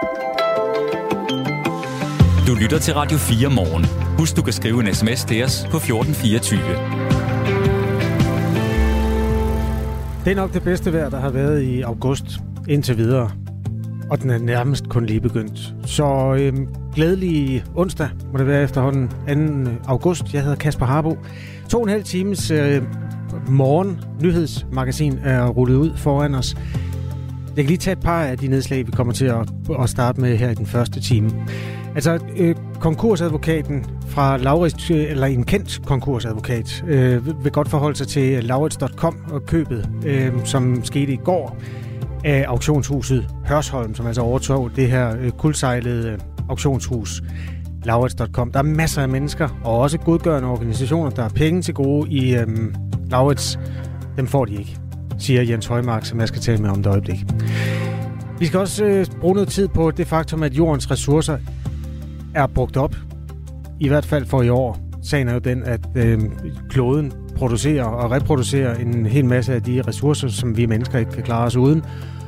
Du lytter til Radio 4 morgen. Husk, du kan skrive en sms til os på 1424. Det er nok det bedste vejr, der har været i august indtil videre. Og den er nærmest kun lige begyndt. Så glædelig onsdag må det være efterhånden 2. august. Jeg hedder Kasper Harbo. 2,5 times morgen nyhedsmagasin er rullet ud foran os. Jeg kan lige tage et par af de nedslag, vi kommer til at starte med her i den første time. Altså, konkursadvokaten fra Lauritz, eller en kendt konkursadvokat, vil godt forholde sig til Lauritz.com og købet, som skete i går af auktionshuset Hørsholm, som altså overtog det her kuldsejlede auktionshus Lauritz.com. Der er masser af mennesker, og også godgørende organisationer, der har penge til gode i Lauritz. Dem får de ikke, siger Jens Højmark, som jeg skal tale med om et øjeblik. Vi skal også bruge noget tid på det faktum, at jordens ressourcer er brugt op. I hvert fald for i år. Sagen er jo den, at kloden producerer og reproducerer en hel masse af de ressourcer, som vi mennesker ikke kan klare os uden.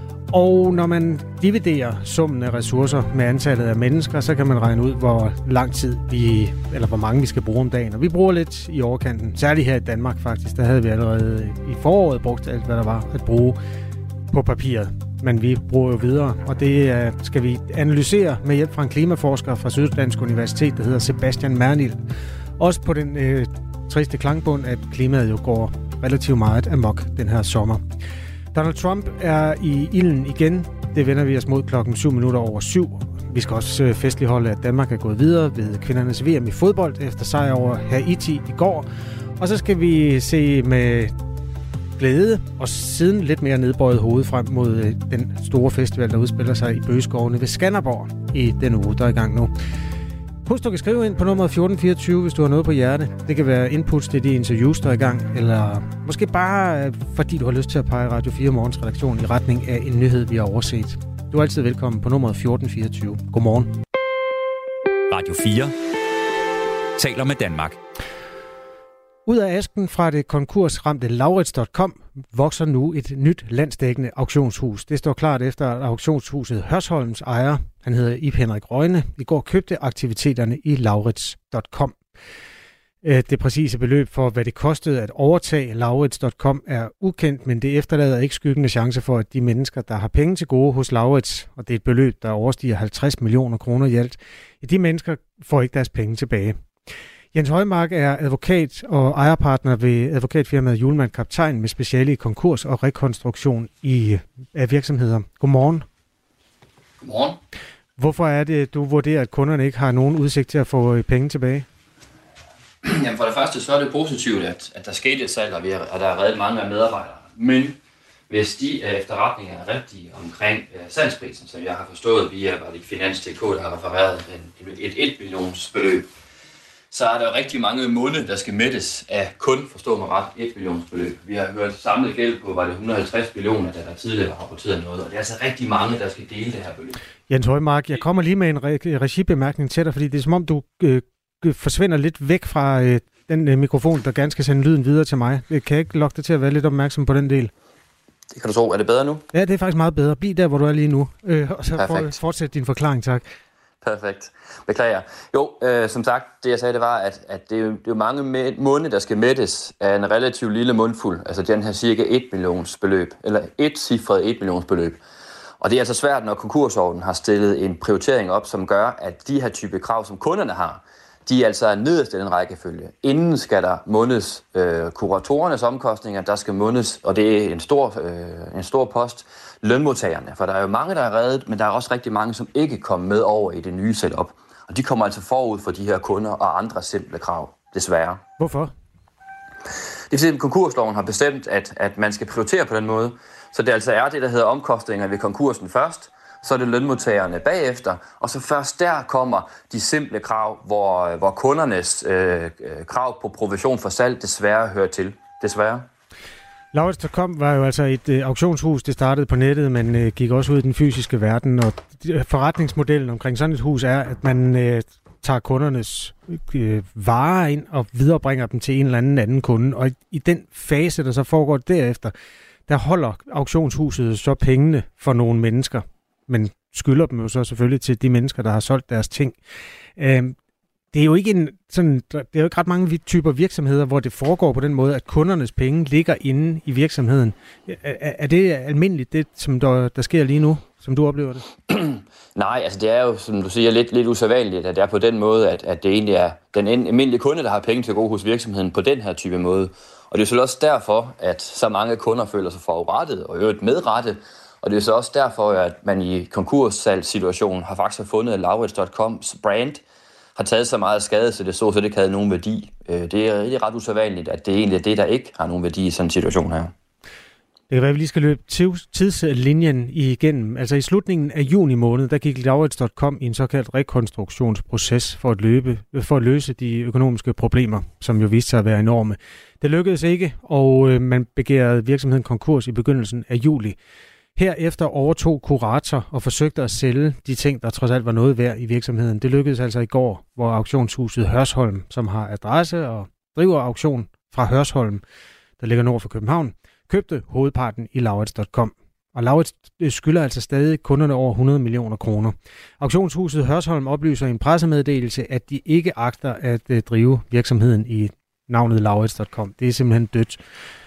Og når man dividerer summen af ressourcer med antallet af mennesker, så kan man regne ud, hvor lang tid hvor mange vi skal bruge om dagen. Og vi bruger lidt i overkanten. Særligt her i Danmark faktisk. Der havde vi allerede i foråret brugt alt, hvad der var at bruge på papiret. Men vi bruger jo videre, og det skal vi analysere med hjælp fra en klimaforsker fra Syddansk Universitet, der hedder Sebastian Mernil. Også på den triste klangbund, at klimaet jo går relativt meget amok den her sommer. Donald Trump er i ilden igen. Det vender vi os mod 7:07. Vi skal også festligholde, at Danmark er gået videre ved kvindernes VM i fodbold efter sejr over Haiti i går. Og så skal vi se med glæde og siden lidt mere nedbøjet hoved frem mod den store festival, der udspiller sig i Bøgeskovene ved Skanderborg i den uge, der er i gang nu. Husk, du kan skrive ind på nummer 1424, hvis du har noget på hjerte. Det kan være inputs til de interviews, der er i gang, eller måske bare fordi du har lyst til at pege Radio 4 Morgens redaktion i retning af en nyhed, vi har overset. Du er altid velkommen på nummer 1424. Godmorgen. Radio 4 taler med Danmark. Ud af asken fra det konkursramte Lauritz.com vokser nu et nyt landsdækkende auktionshus. Det står klart efter, at auktionshuset Hørsholms ejer, han hedder Ib Henrik Røgne, i går købte aktiviteterne i Lauritz.com. Det præcise beløb for, hvad det kostede at overtage Lauritz.com er ukendt, men det efterlader ikke skyggende chance for, at de mennesker, der har penge til gode hos Lauritz, og det er et beløb, der overstiger 50 millioner kroner i alt, de mennesker får ikke deres penge tilbage. Jens Højmark er advokat og ejerpartner ved advokatfirmaet Hjulmand Kaptajn med speciale i konkurs og rekonstruktion af virksomheder. Godmorgen. Godmorgen. Hvorfor er det, du vurderer, at kunderne ikke har nogen udsigt til at få penge tilbage? Jamen for det første, så er det positivt, at der skete et salg, og der er reddet mange af medarbejdere. Men hvis de efterretninger er rigtige omkring salgsprisen, som jeg har forstået via Finans.dk, der har refereret et 1 millions beløb, så er der rigtig mange måneder, der skal mættes af kun, forstå mig ret, 1 millions beløb. Vi har hørt samlet gæld på, var det 150 millioner, der tidligere har rapporteret noget, og det er altså rigtig mange, der skal dele det her beløb. Jens Højmark, jeg kommer lige med en regibemærkning til dig, fordi det er som om, du forsvinder lidt væk fra den mikrofon, der gerne skal sende lyden videre til mig. Kan jeg ikke lokke dig til at være lidt opmærksom på den del? Det kan du tro. Er det bedre nu? Ja, det er faktisk meget bedre. Bliv der, hvor du er lige nu, og så fortsæt din forklaring, tak. Perfekt. Beklager. Jo, som sagt, det jeg sagde, det var, at det er jo mange måneder, der skal mættes af en relativt lille mundfuld. Altså den her cirka 1 millions beløb, eller et cifret 1 millions beløb. Og det er altså svært, når konkursordenen har stillet en prioritering op, som gør, at de her type krav, som kunderne har, de er altså nederst i den rækkefølge. Inden skal der måneds kuratorernes omkostninger, der skal måneds, og det er en stor post, lønmodtagerne. For der er jo mange, der er reddet, men der er også rigtig mange, som ikke kommer med over i det nye setup. Og de kommer altså forud for de her kunder og andre simple krav, desværre. Hvorfor? Det er fordi, konkursloven har bestemt, at man skal prioritere på den måde. Så det altså er det, der hedder omkostninger ved konkursen først, så er det lønmodtagerne bagefter, og så først der kommer de simple krav, hvor kundernes krav på provision for salg desværre hører til. Desværre. Lauritz.com var jo altså et auktionshus, det startede på nettet, men gik også ud i den fysiske verden, og forretningsmodellen omkring sådan et hus er, at man tager kundernes varer ind og viderebringer dem til en eller anden kunde, og i den fase, der så foregår derefter, der holder auktionshuset så pengene for nogle mennesker. Men skylder dem jo så selvfølgelig til de mennesker, der har solgt deres ting. Det er jo ikke ret mange typer virksomheder, hvor det foregår på den måde, at kundernes penge ligger inde i virksomheden. Er det almindeligt, det som der sker lige nu, som du oplever det? Nej, altså det er jo, som du siger, lidt usædvanligt, at det er på den måde, at det egentlig er den almindelige kunde, der har penge til at gå hos virksomheden på den her type måde. Og det er jo også derfor, at så mange kunder føler sig forurettet og øvrigt medrettet. Og det er så også derfor, at man i konkurssalgssituationen har faktisk fundet, at Lauritz.coms brand har taget så meget skade, så det så det ikke havde nogen værdi. Det er rigtig ret usædvanligt, at det egentlig er det, der ikke har nogen værdi i sådan en situation her. Det kan være, at vi lige skal løbe tidslinjen igennem. Altså i slutningen af juni måned, der gik Lauritz.com i en såkaldt rekonstruktionsproces for at løse de økonomiske problemer, som jo viste sig at være enorme. Det lykkedes ikke, og man begærede virksomheden konkurs i begyndelsen af juli. Herefter overtog Kurator og forsøgte at sælge de ting, der trods alt var noget værd i virksomheden. Det lykkedes altså i går, hvor auktionshuset Hørsholm, som har adresse og driver auktion fra Hørsholm, der ligger nord for København, købte hovedparten i Lauritz.com. Og Lauritz skylder altså stadig kunderne over 100 millioner kroner. Auktionshuset Hørsholm oplyser i en pressemeddelelse, at de ikke agter at drive virksomheden i navnet Lauritz.com. Det er simpelthen dødt.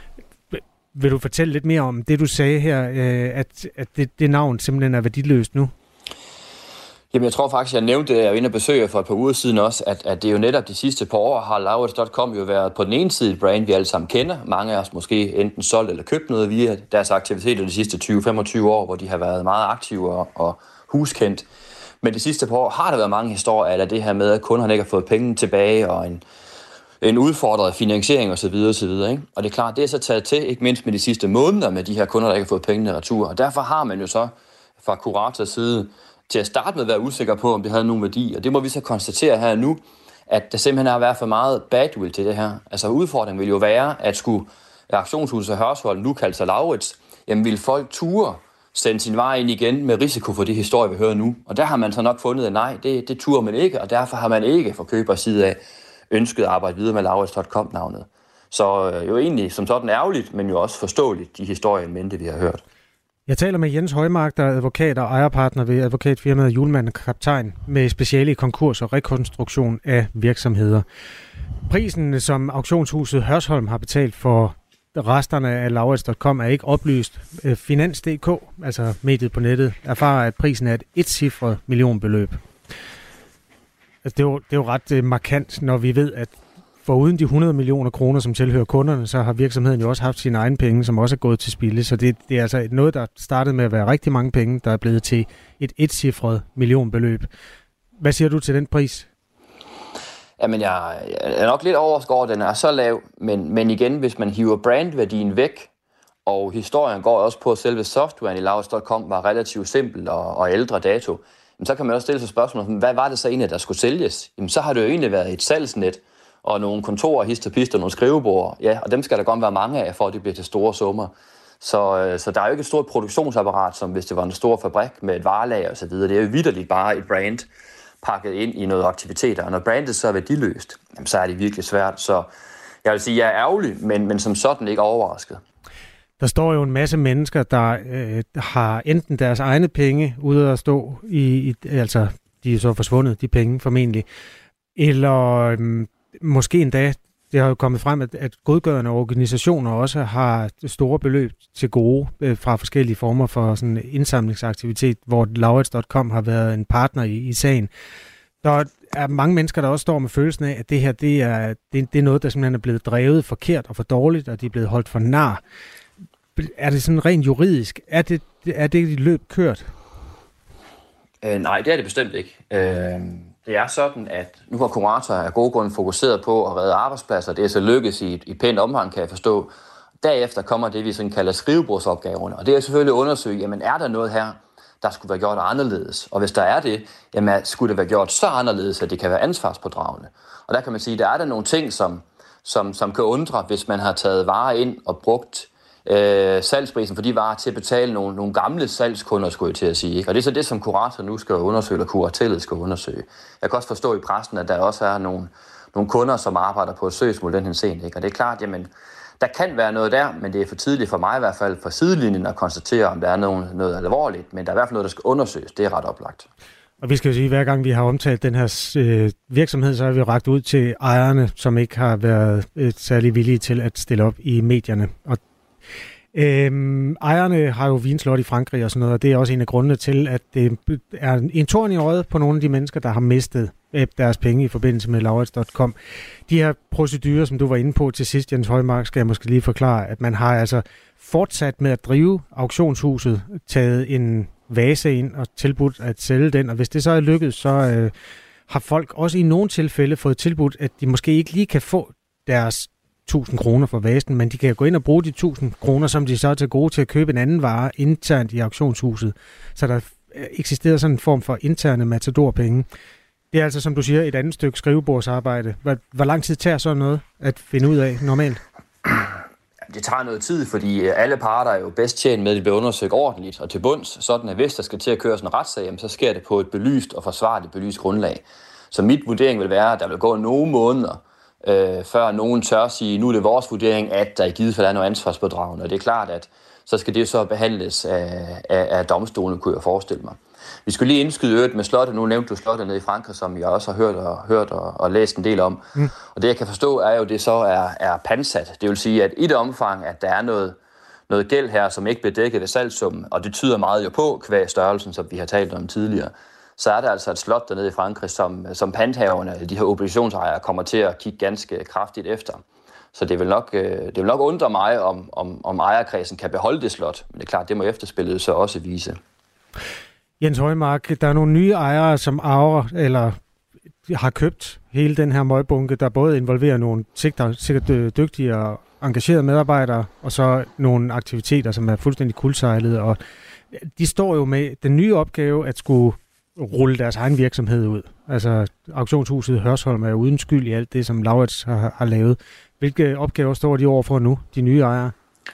Vil du fortælle lidt mere om det, du sagde her, at det navn simpelthen er værdiløst nu? Jamen, jeg tror faktisk, jeg nævnte det, jeg var inde og besøge for et par uger siden også, at det jo netop de sidste par år har Lauritz.com jo været på den ene side et brand, vi alle sammen kender. Mange af os måske enten solgt eller købt noget via deres aktiviteter de sidste 20-25 år, hvor de har været meget aktive og huskendt. Men de sidste par år har der været mange historier af det her med, at kunderne ikke har fået penge tilbage og en udfordret finansiering osv. Ikke? Og det er klart, det er så taget til, ikke mindst med de sidste måneder med de her kunder, der ikke har fået pengene retur. Og derfor har man jo så fra Kurators side til at starte med at være usikker på, om det havde nogen værdi. Og det må vi så konstatere her nu, at der simpelthen har været for meget badwill til det her. Altså udfordringen vil jo være, at skulle auktionshuset Hørsholm nu kalde sig Lauritz, jamen ville folk ture sende sin vej ind igen med risiko for de historier, vi hører nu. Og der har man så nok fundet, at nej, det turer man ikke, og derfor har man ikke fra købers side af ønsket at arbejde videre med Lauritz.com-navnet. Så jo egentlig som sådan ærgerligt, men jo også forståeligt, de historier mente, vi har hørt. Jeg taler med Jens Højmark, der er advokat og ejerpartner ved advokatfirmaet Hjulmand & Kaptajn med speciale i konkurs og rekonstruktion af virksomheder. Prisen, som auktionshuset Hørsholm har betalt for resterne af Lauritz.com, er ikke oplyst. Finans.dk, altså mediet på nettet, erfarer, at prisen er et etcifret millionbeløb. Altså, det er jo ret markant, når vi ved, at foruden de 100 millioner kroner, som tilhører kunderne, så har virksomheden jo også haft sine egne penge, som også er gået til spilde. Så det er altså noget, der startede med at være rigtig mange penge, der er blevet til et etcifret millionbeløb. Hvad siger du til den pris? Jamen, jeg er nok lidt overrasket over, at den er så lav, men igen, hvis man hiver brandværdien væk, og historien går også på, at selve softwaren i Lauritz.com var relativt simpel og ældre dato, så kan man også stille sig spørgsmål, hvad var det så egentlig, der skulle sælges? Jamen, så har det jo egentlig været et salgsnet, og nogle kontorer, histerpister, nogle skrivebord, ja, og dem skal der godt være mange af, for at det bliver til store summer. Så der er jo ikke et stort produktionsapparat, som hvis det var en stor fabrik med et varelager osv. Det er jo vitterligt bare et brand pakket ind i noget aktiviteter, og når brandet så er værdiløst, så er det virkelig svært. Så jeg vil sige, at jeg er ærgerlig, men som sådan ikke overrasket. Der står jo en masse mennesker, der har enten deres egne penge ude at stå altså de er så forsvundet, de penge formentlig, eller måske endda, det har jo kommet frem, at godgørende organisationer også har store beløb til gode fra forskellige former for sådan indsamlingsaktivitet, hvor Lauritz.com har været en partner i sagen. Der er mange mennesker, der også står med følelsen af, at det her det er noget, der simpelthen er blevet drevet forkert og for dårligt, og de er blevet holdt for nar. Er det sådan rent juridisk? Er det løb kørt? Nej, det er det bestemt ikke. Det er sådan, at nu har Kurator af gode grunde fokuseret på at redde arbejdspladser. Det er så lykkes i et pænt omfang, kan jeg forstå. Derefter kommer det, vi sådan kalder skrivebordsopgaverne. Og det er selvfølgelig at undersøge, jamen er der noget her, der skulle være gjort anderledes? Og hvis der er det, jamen skulle det være gjort så anderledes, at det kan være ansvarspådragende. Og der kan man sige, at der er der nogle ting, som kan undre, hvis man har taget varer ind og brugt salgsprisen for de varer til at betale nogle gamle salgskunder, skulle jeg til at sige. Ikke? Og det er så det, som Kurator nu skal undersøge, eller kuratellet skal undersøge. Jeg kan også forstå i pressen, at der også er nogle kunder, som arbejder på et søgsmål den her scene. Ikke? Og det er klart, jamen, Der kan være noget der, men det er for tidligt for mig i hvert fald fra sidelinjen at konstatere, om der er noget alvorligt, men der er i hvert fald noget, der skal undersøges. Det er ret oplagt. Og vi skal jo sige, at hver gang vi har omtalt den her virksomhed, så har vi rakt ud til ejerne, som ikke har været særlig villige til at stille op i medierne. Og ejerne har jo vinslot i Frankrig og sådan noget, og det er også en af grundene til, at det er en torn i øjet på nogle af de mennesker, der har mistet deres penge i forbindelse med Lauritz.com. De her procedurer, som du var inde på til sidst, Jens Højmark, skal jeg måske lige forklare, at man har altså fortsat med at drive auktionshuset, taget en vase ind og tilbudt at sælge den, og hvis det så er lykkedes, så har folk også i nogle tilfælde fået tilbudt, at de måske ikke lige kan få deres 1.000 kroner for vasen, men de kan gå ind og bruge de 1.000 kroner, som de så er til gode til at købe en anden vare internt i auktionshuset. Så der eksisterer sådan en form for interne matadorpenge. Det er altså, som du siger, et andet stykke skrivebordsarbejde. Hvor lang tid tager sådan noget at finde ud af normalt? Det tager noget tid, fordi alle parter er jo bedst tjent med, at det bliver undersøgt ordentligt og til bunds. Sådan at hvis der skal til at køre sådan en retssag, så sker det på et belyst og forsvarligt belyst grundlag. Så mit vurdering vil være, at der vil gå nogle måneder, før nogen tør sige, nu er det vores vurdering, at der i givet fald er noget ansvarspådragende. Og det er klart, at så skal det så behandles af domstolen, kunne jeg forestille mig. Vi skulle lige indskyde øvrigt med slottet. Nu nævnte du slottet nede i Frankrig, som jeg også har hørt og læst en del om. Og det jeg kan forstå er jo, at det så er pansat. Det vil sige, at i det omfang, at der er noget gæld her, som ikke bliver dækket ved salgssummen, og det tyder meget jo på, kvæg størrelsen, som vi har talt om tidligere, så er der altså et slot dernede i Frankrig, som panthaverne, de her obligationsejere, kommer til at kigge ganske kraftigt efter. Så det vil nok undre mig, om ejerkredsen kan beholde det slot. Men det er klart, det må efterspillet så også vise. Jens Højmark, der er nogle nye ejere, som arver eller har købt hele den her møgbunke, der både involverer nogle sikkert dygtige og engagerede medarbejdere, og så nogle aktiviteter, som er fuldstændig kuldsejlede. Og de står jo med den nye opgave at skulle rulle deres egen virksomhed ud. Altså auktionshuset Hørsholm er uden skyld i alt det, som Lauritz har lavet. Hvilke opgaver står de overfor nu, de nye ejere?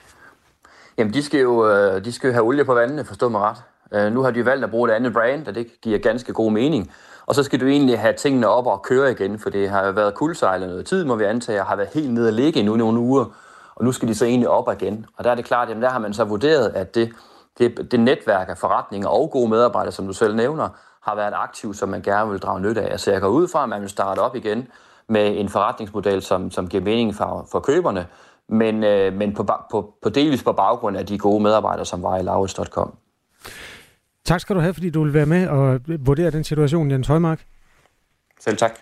Jamen, de skal jo have olie på vandene, forstå mig ret. Nu har de jo valgt at bruge et andet brand, og det giver ganske god mening. Og så skal du egentlig have tingene op og køre igen, for det har jo været kuldsejlet noget tid, må vi antage, og har været helt nede at ligge i nogle uger. Og nu skal de så egentlig op igen. Og der er det klart, at der har man så vurderet, at det netværk af forretninger og gode medarbejdere, som du selv nævner, har været aktiv, som man gerne vil drage nytte af. Så jeg går ud fra, at man vil starte op igen med en forretningsmodel, som giver mening for køberne, men på delvis på baggrund af de gode medarbejdere, som var i Lauritz.com. Tak skal du have, fordi du vil være med og vurdere den situation, Jens Højmark. Selv tak.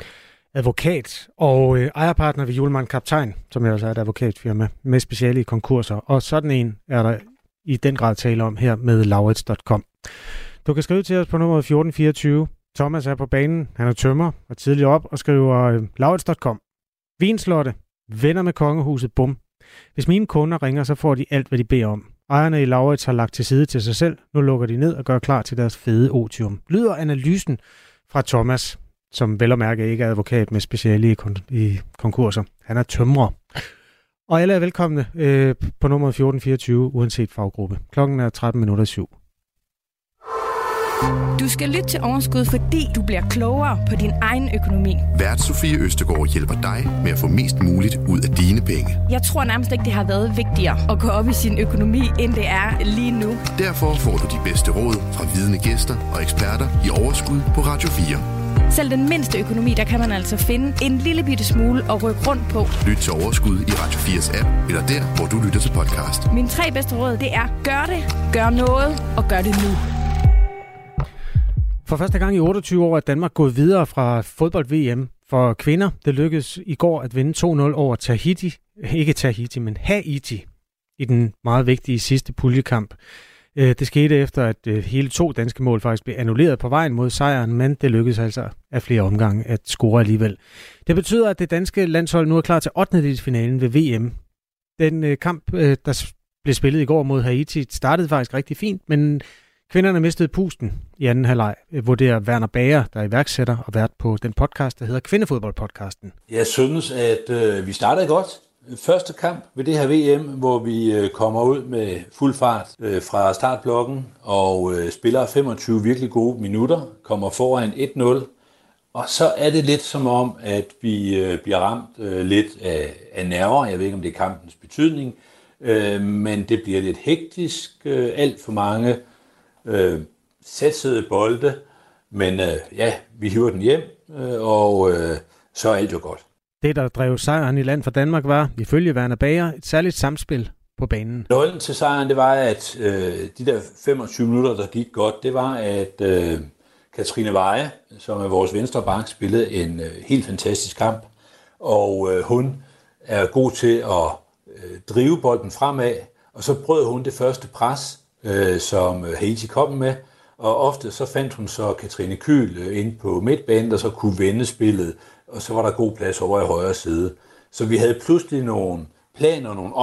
Advokat og ejerpartner ved Hjulmand Kaptajn, som er også er et advokatfirma med speciale i konkurser. Og sådan en er der i den grad tale om her med Lauritz.com. Du kan skrive til os på nummer 1424. Thomas er på banen. Han er tømrer og tidligere op og skriver Lauritz.com. Vinslotte. Venner med kongehuset. Bum. Hvis mine kunder ringer, så får de alt, hvad de beder om. Ejerne i Lauritz har lagt til side til sig selv. Nu lukker de ned og gør klar til deres fede otium. Lyder analysen fra Thomas, som vel og mærke ikke er advokat med speciale i konkurser. Han er tømrer. Og alle er velkomne på nummer 1424, uanset faggruppe. Klokken er 7:13. Du skal lytte til Overskud, fordi du bliver klogere på din egen økonomi. Vært Sofie Østergaard hjælper dig med at få mest muligt ud af dine penge. Jeg tror nærmest ikke, det har været vigtigere at gå op i sin økonomi, end det er lige nu. Derfor får du de bedste råd fra vidne gæster og eksperter i Overskud på Radio 4. Selv den mindste økonomi, der kan man altså finde en lille bitte smule at rykke rundt på. Lyt til Overskud i Radio 4's app, eller der, hvor du lytter til podcast. Mine 3 bedste råd, det er gør det, gør noget og gør det nu. For første gang i 28 år er Danmark gået videre fra fodbold-VM for kvinder. Det lykkedes i går at vinde 2-0 over Haiti i den meget vigtige sidste puljekamp. Det skete efter, at hele 2 danske mål faktisk blev annulleret på vejen mod sejren, men det lykkedes altså af flere omgange at score alligevel. Det betyder, at det danske landshold nu er klar til 8. ved VM. Den kamp, der blev spillet i går mod Haiti, startede faktisk rigtig fint, men kvinderne mistede pusten i anden halvleg, vurderer Werner Bager, der er iværksætter og vært på den podcast, der hedder Kvindefodboldpodcasten. Jeg synes, at vi startede godt. Første kamp ved det her VM, hvor vi kommer ud med fuld fart fra startblokken og spiller 25 virkelig gode minutter, kommer foran 1-0 Og så er det lidt som om, at vi bliver ramt lidt af nerver. Jeg ved ikke, om det er kampens betydning, men det bliver lidt hektisk. Alt for mange satsede bolde. Men vi hiver den hjem, og så er alt jo godt. Det, der drev sejren i land for Danmark, var, ifølge Werner Bager, et særligt samspil på banen. Nøglen til sejren, det var, at de der 25 minutter, der gik godt, det var, at Katrine Veje, som er vores venstre bak, spillede en helt fantastisk kamp. Og hun er god til at drive bolden fremad, og så brød hun det første pres, som Haiti kom med. Og ofte så fandt hun så Katrine Kyhl ind på midtbanen, der så kunne vende spillet, og så var der god plads over i højre side. Så vi havde pludselig nogle planer, nogle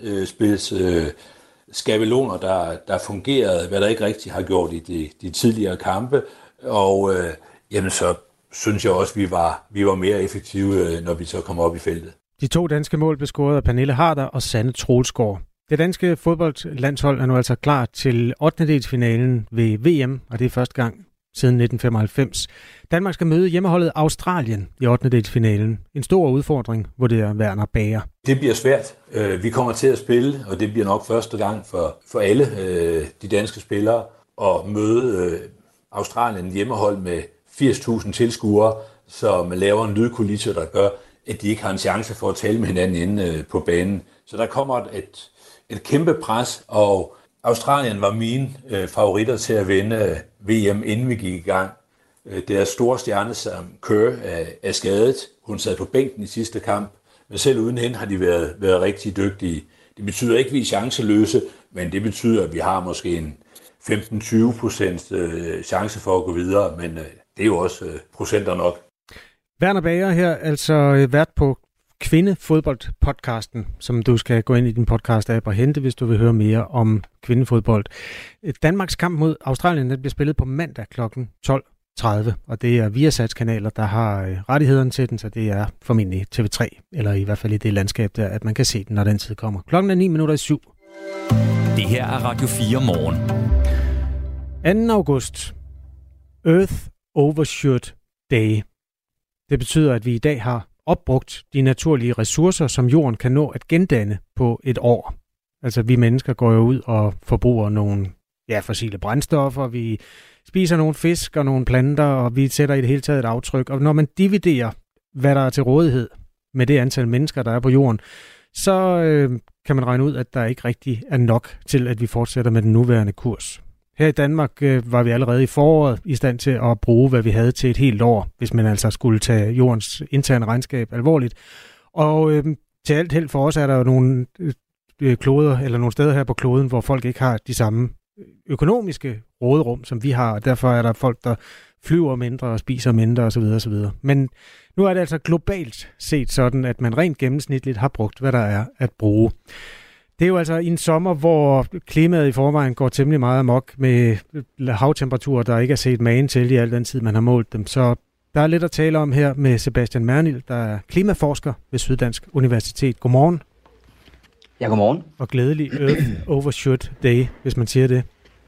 opspilsskabeloner, der fungerede, hvad der ikke rigtig har gjort i de tidligere kampe. Og så synes jeg også, at vi var mere effektive, når vi så kom op i feltet. De 2 danske mål blev scoret af Pernille Harder og Sanne Troelsgaard. Det danske fodboldlandshold er nu altså klar til 8. ved VM, og det er første gang siden 1995. Danmark skal møde hjemmeholdet Australien i 8. En stor udfordring, vurderer Werner Bager. Det bliver svært. Vi kommer til at spille, og det bliver nok første gang for alle de danske spillere at møde Australien hjemmehold med 80.000 tilskuere, som laver en lydkulisse, der gør, at de ikke har en chance for at tale med hinanden inde på banen. Så der kommer et kæmpe pres, og Australien var mine favoritter til at vinde VM, inden vi gik i gang. Deres store stjerne, som Kerr, er skadet. Hun sad på bænken i sidste kamp, men selv uden hende har de været rigtig dygtige. Det betyder ikke, at vi er chanceløse, men det betyder, at vi har måske en 15-20% chance for at gå videre, men det er jo også procenter nok. Werner Bager her, altså vært på Kvindefodbold-podcasten, som du skal gå ind i din podcast-app og hente, hvis du vil høre mere om kvindefodbold. Danmarks kamp mod Australien, den bliver spillet på mandag kl. 12.30, og det er Viasats kanaler, der har rettighederne til den, så det er formentlig TV3, eller i hvert fald i det landskab der, at man kan se den, når den tid kommer. Klokken er 7:09. Det her er Radio 4 morgen. 2. august. Earth Overshoot Day. Det betyder, at vi i dag har opbrugt de naturlige ressourcer, som jorden kan nå at gendanne på et år. Altså vi mennesker går jo ud og forbruger nogle fossile brændstoffer, vi spiser nogle fisk og nogle planter, og vi sætter i det hele taget et aftryk. Og når man dividerer, hvad der er til rådighed med det antal mennesker, der er på jorden, så kan man regne ud, at der ikke rigtig er nok til, at vi fortsætter med den nuværende kurs. Her i Danmark var vi allerede i foråret i stand til at bruge, hvad vi havde til et helt år, hvis man altså skulle tage jordens interne regnskab alvorligt. Og til alt held for os er der jo nogle kloder, eller nogle steder her på kloden, hvor folk ikke har de samme økonomiske råderum, som vi har, og derfor er der folk, der flyver mindre og spiser mindre osv. osv. Men nu er det altså globalt set sådan, at man rent gennemsnitligt har brugt, hvad der er at bruge. Det er jo altså i en sommer, hvor klimaet i forvejen går temmelig meget amok med havtemperaturer, der ikke er set magen til i al den tid, man har målt dem. Så der er lidt at tale om her med Sebastian Mernil, der er klimaforsker ved Syddansk Universitet. Godmorgen. Ja, godmorgen. Og glædelig Earth Overshoot Day, hvis man siger det.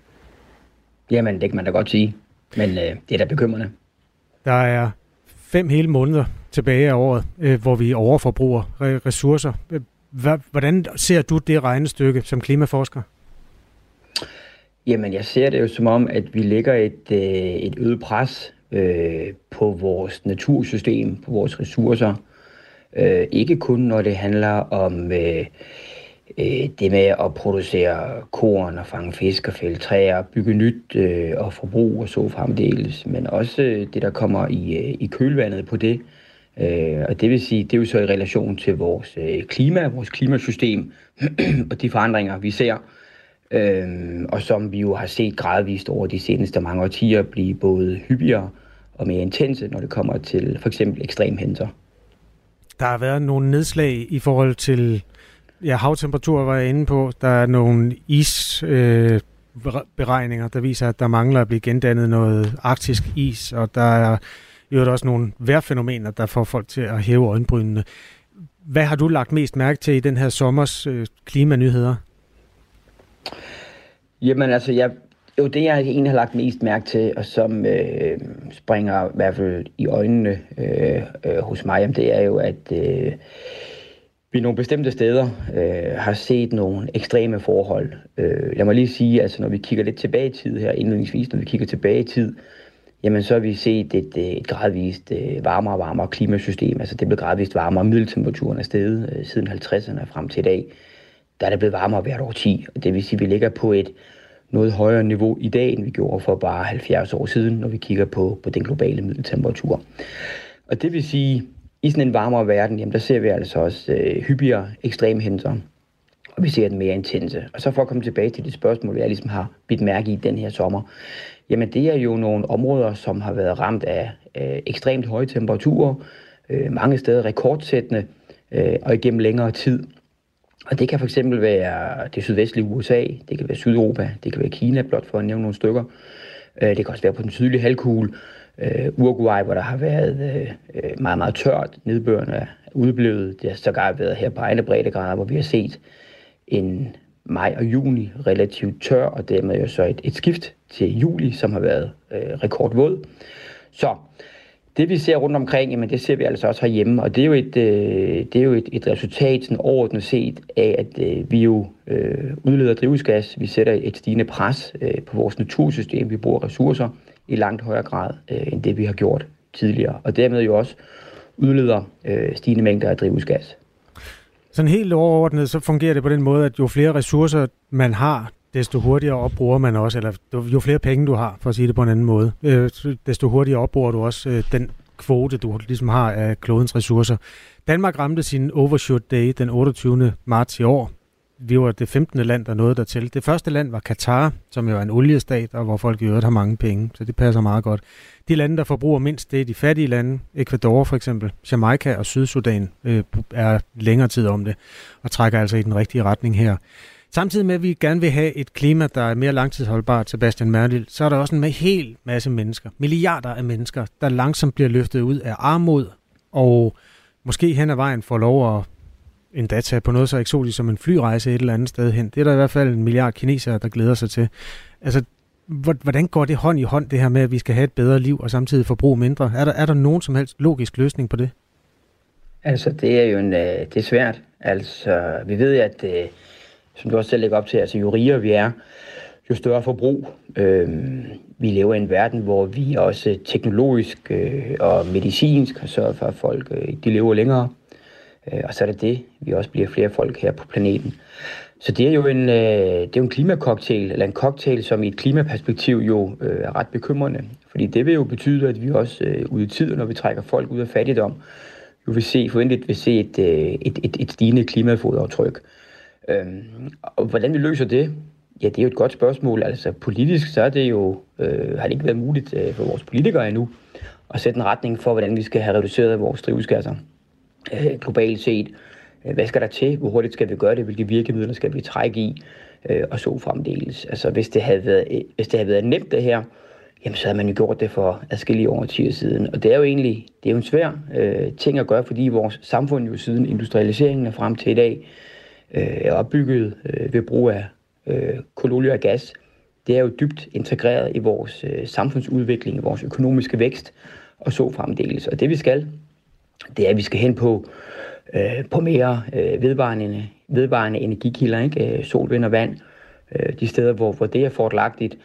Jamen, det kan man da godt sige, men det er da bekymrende. Der er 5 hele måneder tilbage af året, hvor vi overforbruger ressourcer. Hvordan ser du det regnestykke som klimaforsker? Jamen, jeg ser det jo som om, at vi lægger et øget pres på vores natursystem, på vores ressourcer. Ikke kun når det handler om det med at producere korn og fange fisk og fælde træer, bygge nyt og forbrug og så fremdeles, men også det, der kommer i kølvandet på det. Og det vil sige, det er jo så i relation til vores klima, vores klimasystem og de forandringer, vi ser, og som vi jo har set gradvist over de seneste mange årtier blive både hyppigere og mere intense, når det kommer til for eksempel ekstremhændelser. Der har været nogle nedslag i forhold til havtemperaturer, var jeg inde på. Der er nogle isberegninger, der viser, at der mangler at blive gendannet noget arktisk is, og der er jo også nogle vejrfænomener, der får folk til at hæve øjenbrynene. Hvad har du lagt mest mærke til i den her sommers klimanyheder? Jamen altså, Jo, det jeg egentlig har lagt mest mærke til, og som springer i hvert fald i øjnene hos mig, det er jo, at vi nogle bestemte steder har set nogle ekstreme forhold. Lad mig lige sige, altså når vi kigger lidt tilbage i tid her, indledningsvis, når vi kigger tilbage i tid, jamen så har vi set et gradvist varmere og varmere klimasystem. Altså det blev gradvist varmere, middeltemperaturen er steget siden 50'erne frem til i dag. Der er det blevet varmere hvert årti, og det vil sige, at vi ligger på et noget højere niveau i dag, end vi gjorde for bare 70 år siden, når vi kigger på den globale middeltemperatur. Og det vil sige, i sådan en varmere verden, jamen der ser vi altså også hyppigere ekstremhændelser, og vi ser den mere intense. Og så for at komme tilbage til det spørgsmål, jeg ligesom har bidt mærke i den her sommer, jamen det er jo nogle områder, som har været ramt af ekstremt høje temperaturer, mange steder rekordsættende og igennem længere tid. Og det kan fx være det sydvestlige USA, det kan være Sydeuropa, det kan være Kina, blot for at nævne nogle stykker. Det kan også være på den sydlige halvkugle, Uruguay, hvor der har været meget, meget tørt, nedbøren er udeblevet. Det har sågar været her på egne breddegrader, hvor vi har set en maj og juni relativt tør, og dermed jo så et skift til juli, som har været rekordvåd. Så det vi ser rundt omkring, jamen det ser vi altså også herhjemme, og det er jo et resultat sådan overordnet set af, at vi jo udleder drivhusgas. Vi sætter et stigende pres på vores natursystem. Vi bruger ressourcer i langt højere grad end det vi har gjort tidligere, og dermed jo også udleder stigende mængder af drivhusgas. Sådan helt overordnet, så fungerer det på den måde, at jo flere ressourcer man har, desto hurtigere opbruger man også, eller jo flere penge du har, for at sige det på en anden måde, desto hurtigere opbruger du også den kvote, du ligesom har af klodens ressourcer. Danmark ramte sin overshoot day den 28. marts i år. Vi var det 15. land, der nåede dertil. Det første land var Katar, som jo er en oliestat, og hvor folk i øvrigt har mange penge, så det passer meget godt. De lande, der forbruger mindst, det er de fattige lande. Ecuador for eksempel, Jamaica og Sydsudan er længere tid om det, og trækker altså i den rigtige retning her. Samtidig med, at vi gerne vil have et klima, der er mere langtidsholdbart, Sebastian Mernild, så er der også en hel masse mennesker, milliarder af mennesker, der langsomt bliver løftet ud af armod, og måske hen ad vejen får lov at endda tage på noget så eksotisk som en flyrejse et eller andet sted hen. Det er der i hvert fald 1 milliard kinesere, der glæder sig til. Altså, hvordan går det hånd i hånd, det her med, at vi skal have et bedre liv og samtidig forbruge mindre? Er der nogen som helst logisk løsning på det? Altså, det er jo det er svært. Altså, vi ved, at som du også selv lægger op til, altså jo rigere vi er, jo større forbrug. Vi lever i en verden, hvor vi også teknologisk og medicinsk har sørget for, at folk de lever længere. Og så er det, vi også bliver flere folk her på planeten. Så det er jo en klimacocktail, eller en cocktail, som i et klimaperspektiv jo er ret bekymrende. Fordi det vil jo betyde, at vi også ude i tiden, når vi trækker folk ud af fattigdom, jo forventeligt vil se et stigende klimafoderaftryk. Og hvordan vi løser det? Ja, det er jo et godt spørgsmål. Altså politisk, så er det jo, har det ikke været muligt for vores politikere endnu at sætte en retning for, hvordan vi skal have reduceret vores drivhusgasser globalt set. Hvad skal der til? Hvor hurtigt skal vi gøre det? Hvilke virkemidler skal vi trække i? Og så fremdeles. Altså hvis det havde været nemt det her, jamen så havde man jo gjort det for adskillige årtier siden. Og det er jo en svær ting at gøre, fordi vores samfund jo siden industrialiseringen og frem til i dag er opbygget ved brug af kul, olie og gas. Det er jo dybt integreret i vores samfundsudvikling, i vores økonomiske vækst og så fremdeles. Og det vi skal, det er, at vi skal hen på mere vedvarende energikilder, ikke? Sol, vind og vand, de steder, hvor det er fordelagtigt.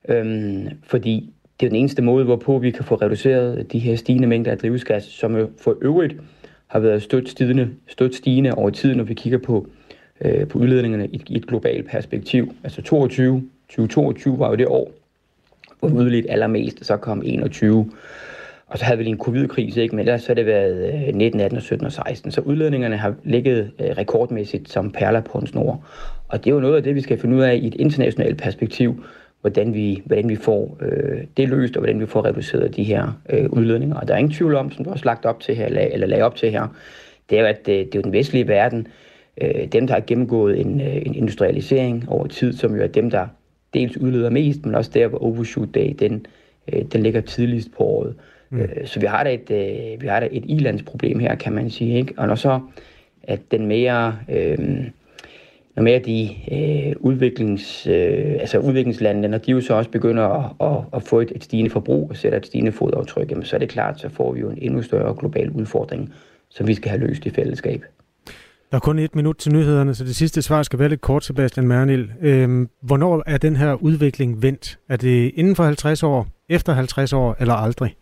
Fordi det er den eneste måde, hvorpå vi kan få reduceret de her stigende mængder af drivhusgas, som jo for øvrigt har været stødt stigende over tid, når vi kigger på udledningerne i et globalt perspektiv. Altså 2022 var jo det år, hvor vi udledte allermest, så kom 21. Og så havde vi en covid-krise, ikke? Men ellers har det været 19, 18, 17 og 16. Så udledningerne har ligget rekordmæssigt som perler på en snor. Og det er jo noget af det, vi skal finde ud af i et internationalt perspektiv, hvordan vi får det løst, og hvordan vi får reduceret de her udledninger. Og der er ingen tvivl om, som du også lagt op til her, eller lagde op til her, det er jo, at det er jo den vestlige verden, dem, der har gennemgået en industrialisering over tid, som jo er dem, der dels udleder mest, men også der, hvor overshoot day, den ligger tidligst på året. Så vi har da et ilandsproblem her, kan man sige, ikke? Og når så at den mere når mere de udviklingslandene, når de jo så også begynder at få et stigende forbrug og sætter et stigende fodaftryk, jamen, så er det klart, så får vi jo en endnu større global udfordring, som vi skal have løst i fællesskab. Der er kun 1 minut til nyhederne, så det sidste svar skal være lidt kort, Sebastian Mernil. Hvornår er den her udvikling vendt? Er det inden for 50 år, efter 50 år eller aldrig?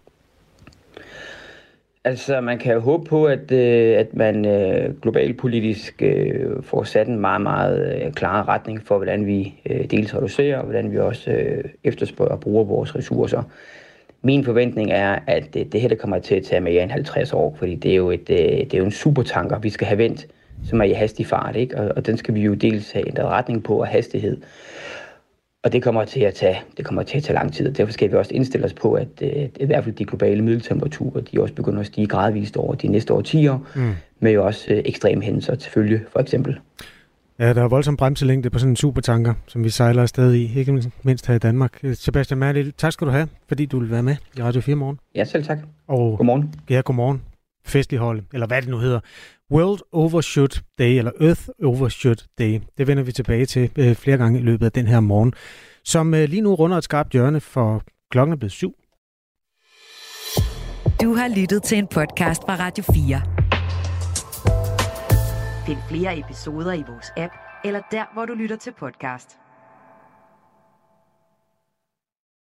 Altså, man kan jo håbe på, at man globalpolitisk får sat en meget, meget klar retning for, hvordan vi dels reducerer, og hvordan vi også efterspørger og bruger vores ressourcer. Min forventning er, at det her kommer til at tage mere end 50 år, fordi det er jo en supertanker, vi skal have vendt, som er i hastig fart, ikke? Og den skal vi jo dels have ændret retning på og hastighed. Og det kommer til at tage lang tid, og derfor skal vi også indstille os på, at i hvert fald de globale middeltemperaturer, de også begynder at stige gradvist over de næste årtier, med jo også ekstreme hændelser til følge, for eksempel. Ja, der er voldsom bremselængde på sådan en supertanker, som vi sejler afsted i, ikke mindst her i Danmark. Sebastian Mernil, tak skal du have, fordi du vil være med i Radio 4 morgen. Ja, selv tak. Og godmorgen. Ja, godmorgen. Festlighold, eller hvad det nu hedder. World Overshoot Day, eller Earth Overshoot Day. Det vender vi tilbage til flere gange i løbet af den her morgen, som lige nu runder et skarpt hjørne, for klokken er blevet 7. Du har lyttet til en podcast fra Radio 4. Find flere episoder i vores app, eller der, hvor du lytter til podcast.